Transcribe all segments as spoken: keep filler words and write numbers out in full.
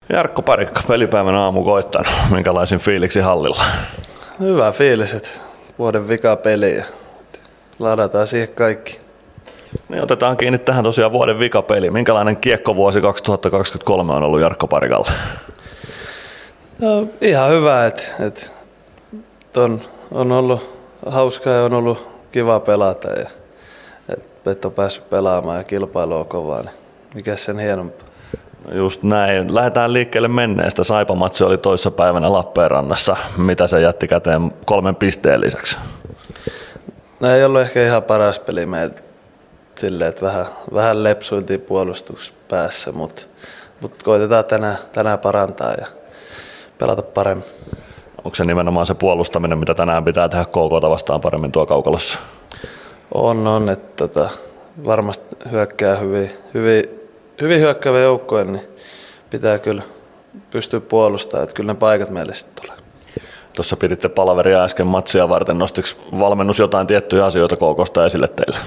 Jarkko Parikka, pelipäivän aamu koittanut. Minkälaisin fiiliksi hallilla? Hyvä fiilis, että vuoden vika peli ja ladataan siihen kaikki. Niin otetaan kiinni tähän tosiaan vuoden vika peli. Minkälainen kiekkovuosi kaksituhattakaksikymmentäkolme on ollut Jarkko Parikalla? No, ihan hyvä, että, että on, on ollut hauskaa ja on ollut kiva pelata ja että on päässyt pelaamaan ja kilpailu on kovaa, niin mikä sen hienompaa. Just näin. Lähdetään liikkeelle menneestä. Saipa-matsi oli toissapäivänä Lappeenrannassa. Mitä se jätti käteen kolmen pisteen lisäksi? No ei ollut ehkä ihan paras peli meiltä silleen, että vähän, vähän lepsuiltiin puolustuspäässä, mutta, mutta koitetaan tänään, tänään parantaa ja pelata paremmin. Onko se nimenomaan se puolustaminen, mitä tänään pitää tehdä K K:ta vastaan paremmin tuo kaukalossa? On, on. Että tota, varmasti hyökkää hyvin, hyvin, hyvin hyökkäävä joukkoja, niin pitää kyllä pystyä puolustamaan, että kyllä ne paikat meille sitten tulee. Tuossa piditte palaveria äsken matsia varten. Nostiko valmennus jotain tiettyjä asioita K K:sta esille teille?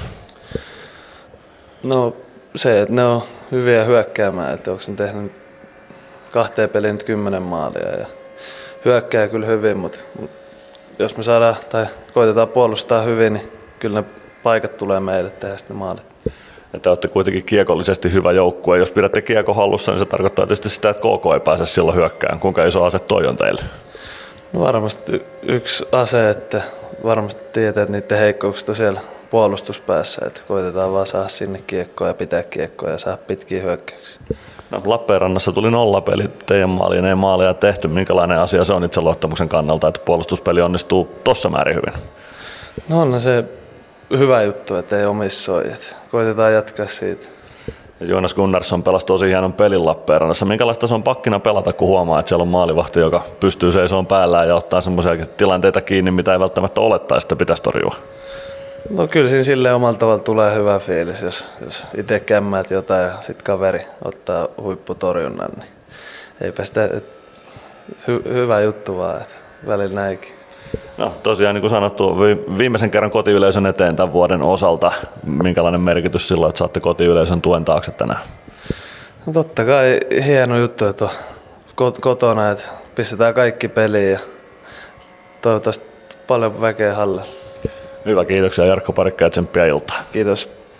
No se, että ne on hyviä hyökkäämään, että onko ne tehnyt kahteen peliin nyt kymmenen maalia ja hyökkää kyllä hyvin, mutta jos me saadaan tai koitetaan puolustaa hyvin, niin kyllä ne paikat tulee meille tehdä sitten maalit. Ja te olette kuitenkin kiekollisesti hyvä joukkue. Jos pidätte kiekon hallussa, niin se tarkoittaa tietysti sitä, että K K ei pääse silloin hyökkään. Kuinka iso ase toi on teille? No varmasti y- yksi ase, että varmasti tietää, että niiden heikkoukset on siellä puolustuspäässä, että koitetaan vaan saada sinne kiekkoa ja pitää kiekkoa ja saada pitkiä hyökkäyksiä. No, Lappeenrannassa tuli nollapeli, teidän maaliin ei maalia tehty. Minkälainen asia se on itseluottamuksen kannalta, että puolustuspeli onnistuu tossa määrin hyvin? No on se hyvä juttu, että ei omissoi. Koitetaan jatkaa siitä. Joonas Gunnarsson pelasi tosi hienon pelin Lappeenrannassa. Minkälaista se on pakkina pelata, kun huomaa, että siellä on maalivahti, joka pystyy seisomaan päällään ja ottaa semmoisia tilanteita kiinni, mitä ei välttämättä olettaisi, että pitäisi torjua? No kyllä siinä silleen omalla tavalla tulee hyvä fiilis, jos, jos itse kämmäät jotain ja sitten kaveri ottaa huipputorjunnan, niin eipä sitä, et, hy, hyvä juttu vaan, että välillä näinkin. No tosiaan niin kuin sanottu, viimeisen kerran kotiyleisön eteen tämän vuoden osalta. Minkälainen merkitys silloin, että saatte kotiyleisön tuen taakse tänään? No totta kai hieno juttu, että on kotona, että pistetään kaikki peliin ja toivottavasti paljon väkeä hallella. Hyvä, kiitoksia Jarkko Parikka ja tsemppiä iltaa. Kiitos.